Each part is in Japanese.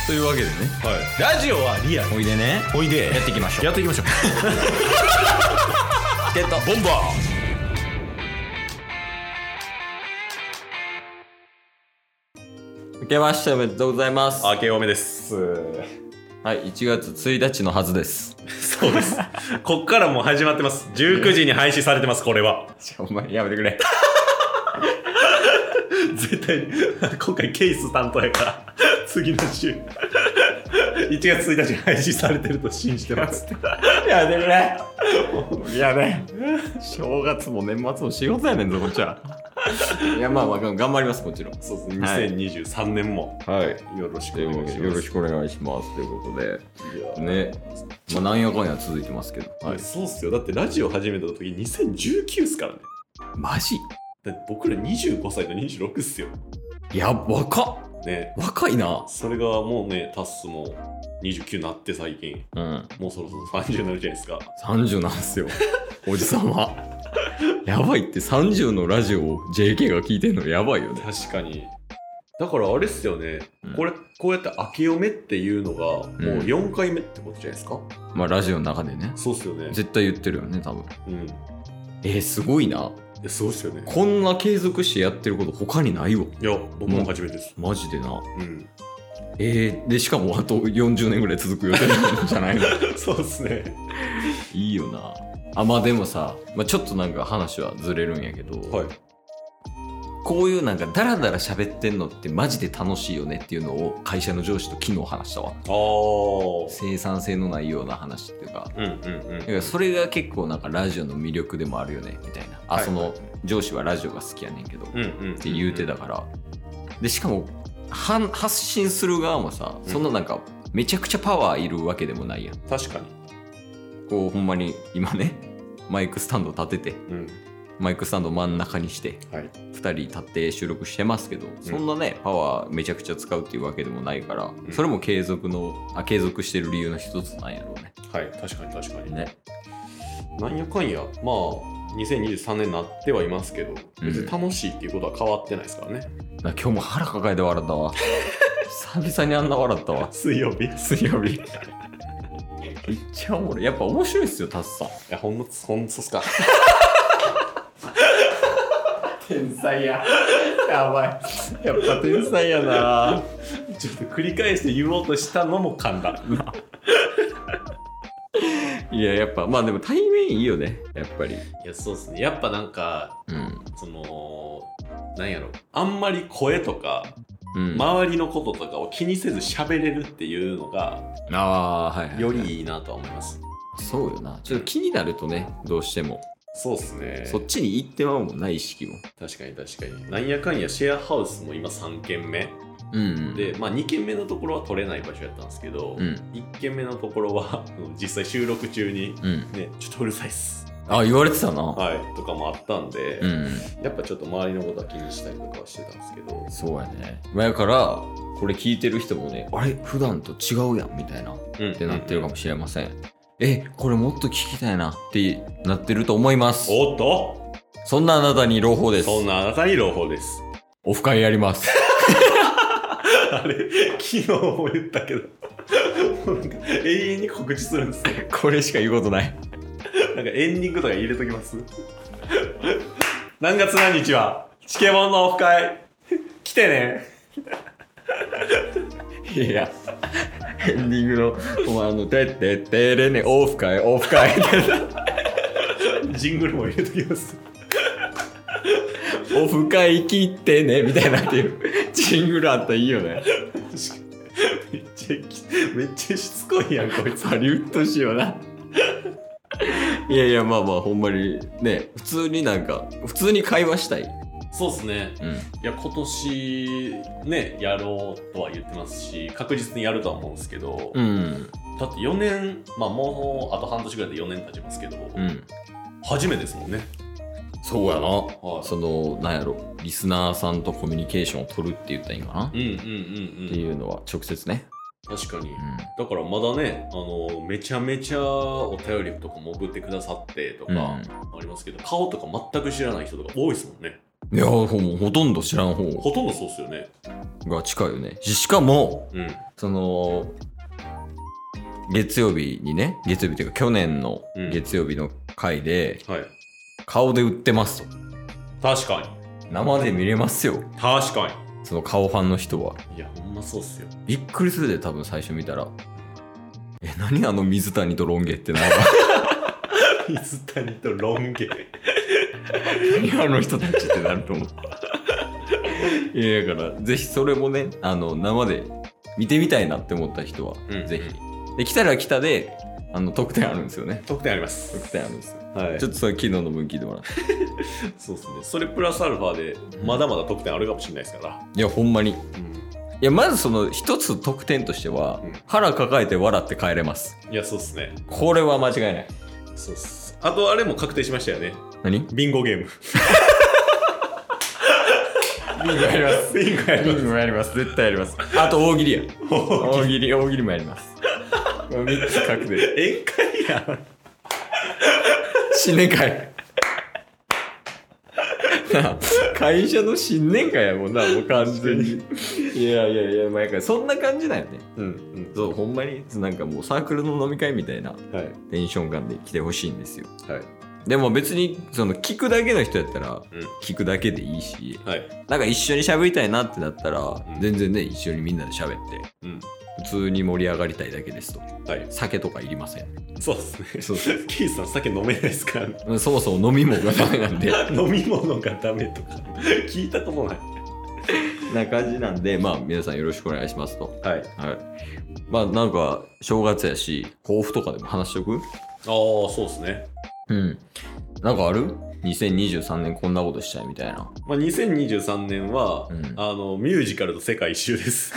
というわけでね、 はい、ラジオはリアル。 おいでね、 おいでやっていきましょう。 やっていきましょうゲットボンバー。明けましておめでとうございます。 ー。明けおめです。 はい、1月1日のはずです。 そうです。こっからもう始まってます。19時に配信されてます。これはお前やめてくれ。 絶対に今回ケース担当やから次の週1月1日に配信されてると信じてます。 やめてくれ。いやね、正月も年末も仕事やねんぞこっちは。いやまあ頑張ります、もちろん。 そうですね、2023年もよろしくお願いします。 よろしくお願いしますということでね、まあなんやかんや続いてますけど、 はい、そうっすよ。だってラジオ始めた時2019っすからね。 マジ？ だって僕ら25歳と26っすよ。 いや若っね、 若いな。それがもうね、タッスも29になって最近、もうそろそろ30になるじゃないですか。 30なんですよおじさま。やばいって、30のラジオを JK が聞いてんのやばいよね。 確かに。だからあれっすよね、こうやって明けおめっていうのがもう4回目ってことじゃないですか。 まあラジオの中でね。 そうっすよね。絶対言ってるよね多分。すごいな。 そうっすよね。 こんな継続してやってること他にないわ。 いや僕も初めてです。 マジでな。でしかもあと40年ぐらい続く予定なんじゃないの。 そうっすね。 いいよな。まあでもさ、ちょっとなんか話はずれるんやけど、こういうなんかダラダラ喋ってんのってマジで楽しいよねっていうのを会社の上司と昨日話したわ。生産性のないような話っていうか、だからそれが結構なんかラジオの魅力でもあるよねみたいな。その上司はラジオが好きやねんけどって言うてたから、でしかも発信する側もさ、そんななんかめちゃくちゃパワーいるわけでもないやん。 確かに。 こうほんまに今ねマイクスタンド立てて、マイクスタンド真ん中にして、2人立って収録してますけど、そんなねパワーめちゃくちゃ使うっていうわけでもないから、それも継続してる理由の一つなんやろうね。 はい確かにね。なんやかんやまあ2023年になってはいますけど、別に楽しいっていうことは変わってないですからね。 今日も腹抱えて笑ったわ。久々にあんな笑ったわ。 水曜日めっちゃおもろい。やっぱ面白いっすよタスさん。いやほんとっすか。 天才や。やばい。やっぱ天才やな。 ちょっと繰り返して言おうとしたのも噛んだ。 いややっぱまあでも対面いいよねやっぱり。いやそうっすね。やっぱなんか、そのなんやろ、あんまり声とか、周りのこととかを気にせず喋れるっていうのがよりいいなとは思います。 そうよな。ちょっと気になるとねどうしても。 そうっすね。 そっちに行ってまうもんな、意識も。 確かに。なんやかんやシェアハウスも今3軒目。で、まあ2軒目のところは取れない場所やったんですけど、1軒目のところは実際収録中にね、ちょっとうるさいっす。 言われてたな。 とかもあったんで、やっぱちょっと周りのことは気にしたりとかはしてたんですけど。 そうやね。だからこれ聞いてる人もね、あれ普段と違うやんみたいなってなってるかもしれません。これもっと聞きたいなってなってると思います。 おっと、 そんなあなたに朗報です。オフ会やります。 あれ昨日も言ったけど永遠に告知するんですね。 これしか言うことない。 なんかエンディングとか入れときます。何月何日はチケモンのオフ会来てね。 いやエンディングのお前てってってれねオフ会ジングルも入れときます。 オフ会切ってねみたいなっていうジングルあったらいいよね。 めっちゃしつこいやんこいつ。 ハリウッドしような。いやまあほんまにね、普通に会話したい。 そうっすね。いや今年ねやろうとは言ってますし、確実にやるとは思うんですけど、だって4年、もうあと半年ぐらいで4年経ちますけど、初めてですもんね。 そうやな。そのなんやろ、リスナーさんとコミュニケーションを取るって言ったらいいんかな。っていうのは直接ね。 確かに。だからまだね、めちゃめちゃお便りとかも送ってくださってとかありますけど、顔とか全く知らない人とか多いですもんね。 いやほとんど知らん方。 ほとんどそうっすよね。 が近いよね。しかも、 うん、 その月曜日にね、月曜日っていうか去年の月曜日の回で、 はい、 顔で売ってますと。 確かに生で見れますよ。 確かにその顔ファンの人は。 いやほんまそうっすよ。 びっくりするで、多分最初見たら。何あの水谷とロン毛ってなんか水谷とロン毛何あの人たちってなると思う。いやだからぜひそれもね、生で見てみたいなって思った人は、ぜひで来たら来たで特典あるんですよね。 特典あります。 特典あるんですよ、 はい、 ちょっとそれ昨日の分聞いてもらってそうですね。それプラスアルファでまだまだ特典あるかもしれないですから。 いやほんまに、いやまずその一つ特典としては、腹抱えて笑って帰れます。 いやそうっすね。 これは間違いない。 そうっす。あとあれも確定しましたよね。 何？ ビンゴゲームビンゴやります。 ビンゴやります。絶対やります。あと大喜利や。大喜利もやります。3つ確定。 宴会やん。 新年会。会社の新年会やもんな、もう完全に。いや、毎回そんな感じだよね。そう、ほんまになんかもうサークルの飲み会みたいなテンション感で来てほしいんですよ。はい。でも別にその聞くだけの人やったら聞くだけでいいし、なんか一緒に喋りたいなってなったら、全然ね一緒にみんなで喋って、普通に盛り上がりたいだけですと。酒とかいりません。 そうですね。キーさん酒飲めないですから、 そもそも飲み物がダメなんで飲み物がダメとか聞いたことないな感じなんで、まあ皆さんよろしくお願いしますと。 はい。 まあなんか正月やし抱負とかでも話しとく？ ああそうですね。 なんかある？ 2023 年こんなことしたいみたいな。 まあ2023年は、ミュージカルと世界一周です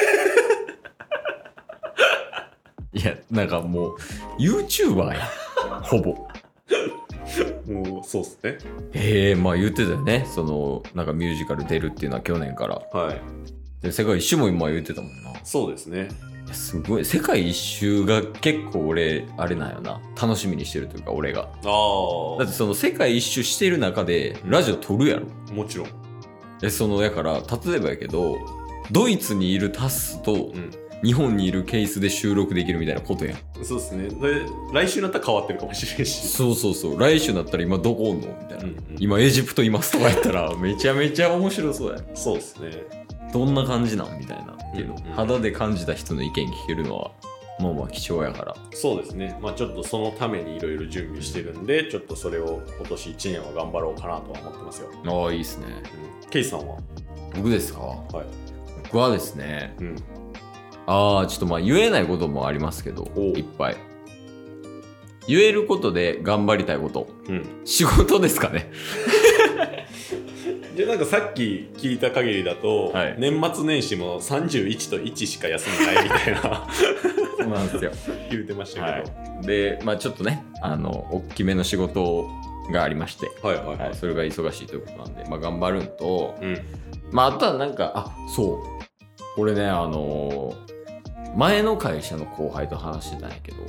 いやなんかもう YouTuber やほぼもうそうっすね。 まあ言ってたよね。そのなんかミュージカル出るっていうのは去年から。で世界一周も今言ってたもんな。 そうですね。 すごい世界一周が結構俺あれなんよな、楽しみにしてるというか俺が。だってその世界一周してる中でラジオ撮るやろ。 もちろん。 そのだから例えばやけどドイツにいるタスと、日本にいるケースで収録できるみたいなことやん。 そうですね。で来週になったら変わってるかもしれんし。 そう来週になったら今どこおんのみたいな、今エジプトいますとかやったらめちゃめちゃ面白そうや。 そうですね。 どんな感じなんみたいなっていうの、肌で感じた人の意見聞けるのはまあ貴重やから。そうですね。まあちょっとそのためにいろいろ準備してるんで、ちょっとそれを今年1年は頑張ろうかなとは思ってますよ。 ああいいですね。 ケイさんは？ 僕ですか？僕はですね、ちょっとまあ言えないこともありますけど、いっぱい言えることで頑張りたいこと、仕事ですかねじゃあなんかさっき聞いた限りだと、年末年始も31と1しか休みないみたいなそうなんですよ言うてましたけど、でまあちょっとね大きめの仕事がありまして、それが忙しいということなんで、まあ頑張るんと、まああとはなんかそうこれね前の会社の後輩と話してたんやけど、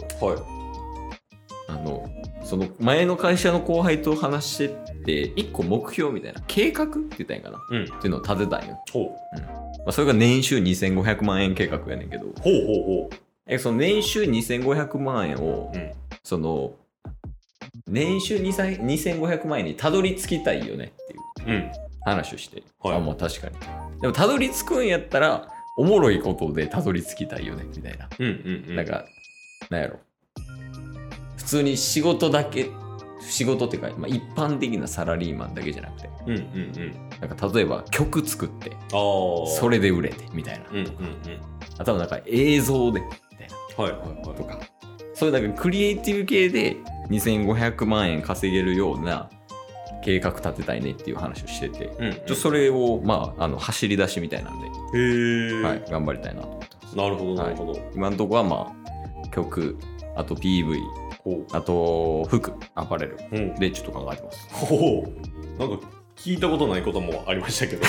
その前の会社の後輩と話してて一個目標みたいな計画って言ったんやかな、っていうのを立てたんよ。それが年収2500万円計画やねんけど、その年収2500万円を、その年収2500万円にたどり着きたいよねっていう話をして、まあ確かに。でもたどり着くんやったらおもろいことでたどり着きたいよねみたいな。なんかなんやろ、普通に仕事っていうか、まあ、一般的なサラリーマンだけじゃなくて、なんか例えば曲作ってそれで売れてみたいな、あとはなんか映像でみたいな、とかそういうなんかクリエイティブ系で2500万円稼げるような計画立てたいねっていう話をしてて、それをまあ走り出しみたいなんで、頑張りたいなと思ってます。なるほどなるほど。今のところはまあ曲、あと PV、あと服、アパレルでちょっと考えてます。 なんか聞いたことないこともありましたけど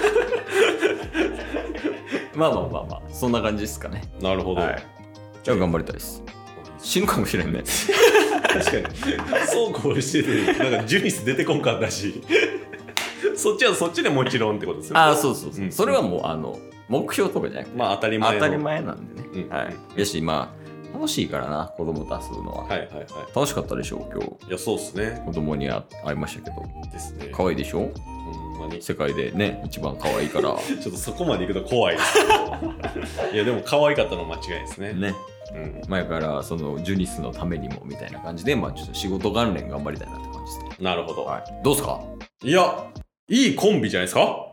まあそんな感じですかね。 なるほど。 じゃあ頑張りたいです。死ぬかもしれんね確かにそうこうしててなんかジュニス出てこんかったしそっちはそっちでもちろんってことですよね。 そう、それはもう目標とかじゃなくて、 まあ当たり前なんでね、はい。やし、まあ楽しいからな、子供と遊ぶのは。 はいはいはい。 楽しかったでしょ今日。 いや、そうっすね。 子供に会いましたけど。 ですね。 可愛いでしょ。世界でね一番可愛いからちょっとそこまでいくと怖いですけどいやでも可愛かったの間違いですね。 前からそのジュニスのためにもみたいな感じで、まあちょっと仕事関連頑張りたいなって感じですね。 なるほど。 どうすか。 いや、いいコンビじゃないですか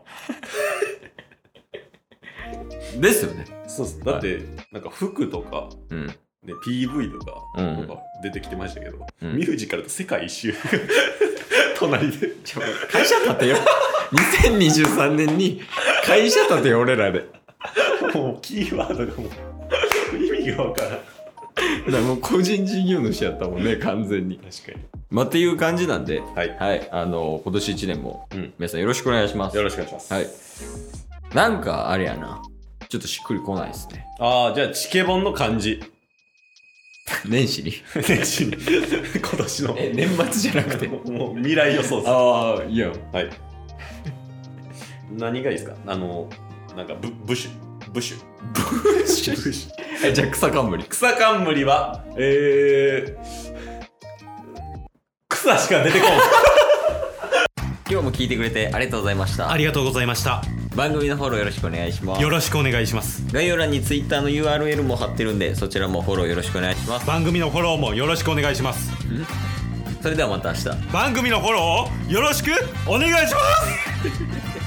ですよね。 そうです。だって、なんか服とか、で PV とか出てきてましたけど、ミュージカルと世界一周隣で会社立てよ2023年に会社立てよ俺らでもうキーワードがもう意味がわからん。だからもう個人事業主やったもんね完全に。 確かに。 まあっていう感じなんで、 はい、 今年1年も皆さんよろしくお願いします。 よろしくお願いします。 はい。なんかあれやな、ちょっとしっくりこないですね。 ああ、じゃあチケボンの漢字年始に年始に今年の年末じゃなくてもう未来予想です。 ああいや、 はい。何がいいですか。なんかブシュじゃあ草冠は草しか出てこん今日も聞いてくれてありがとうございました。 ありがとうございました。 番組のフォローよろしくお願いします。 よろしくお願いします。 概要欄に Twitter の URL も貼ってるんで、そちらもフォローよろしくお願いします。 番組のフォローもよろしくお願いします。 それではまた明日番組のフォローをよろしくお願いします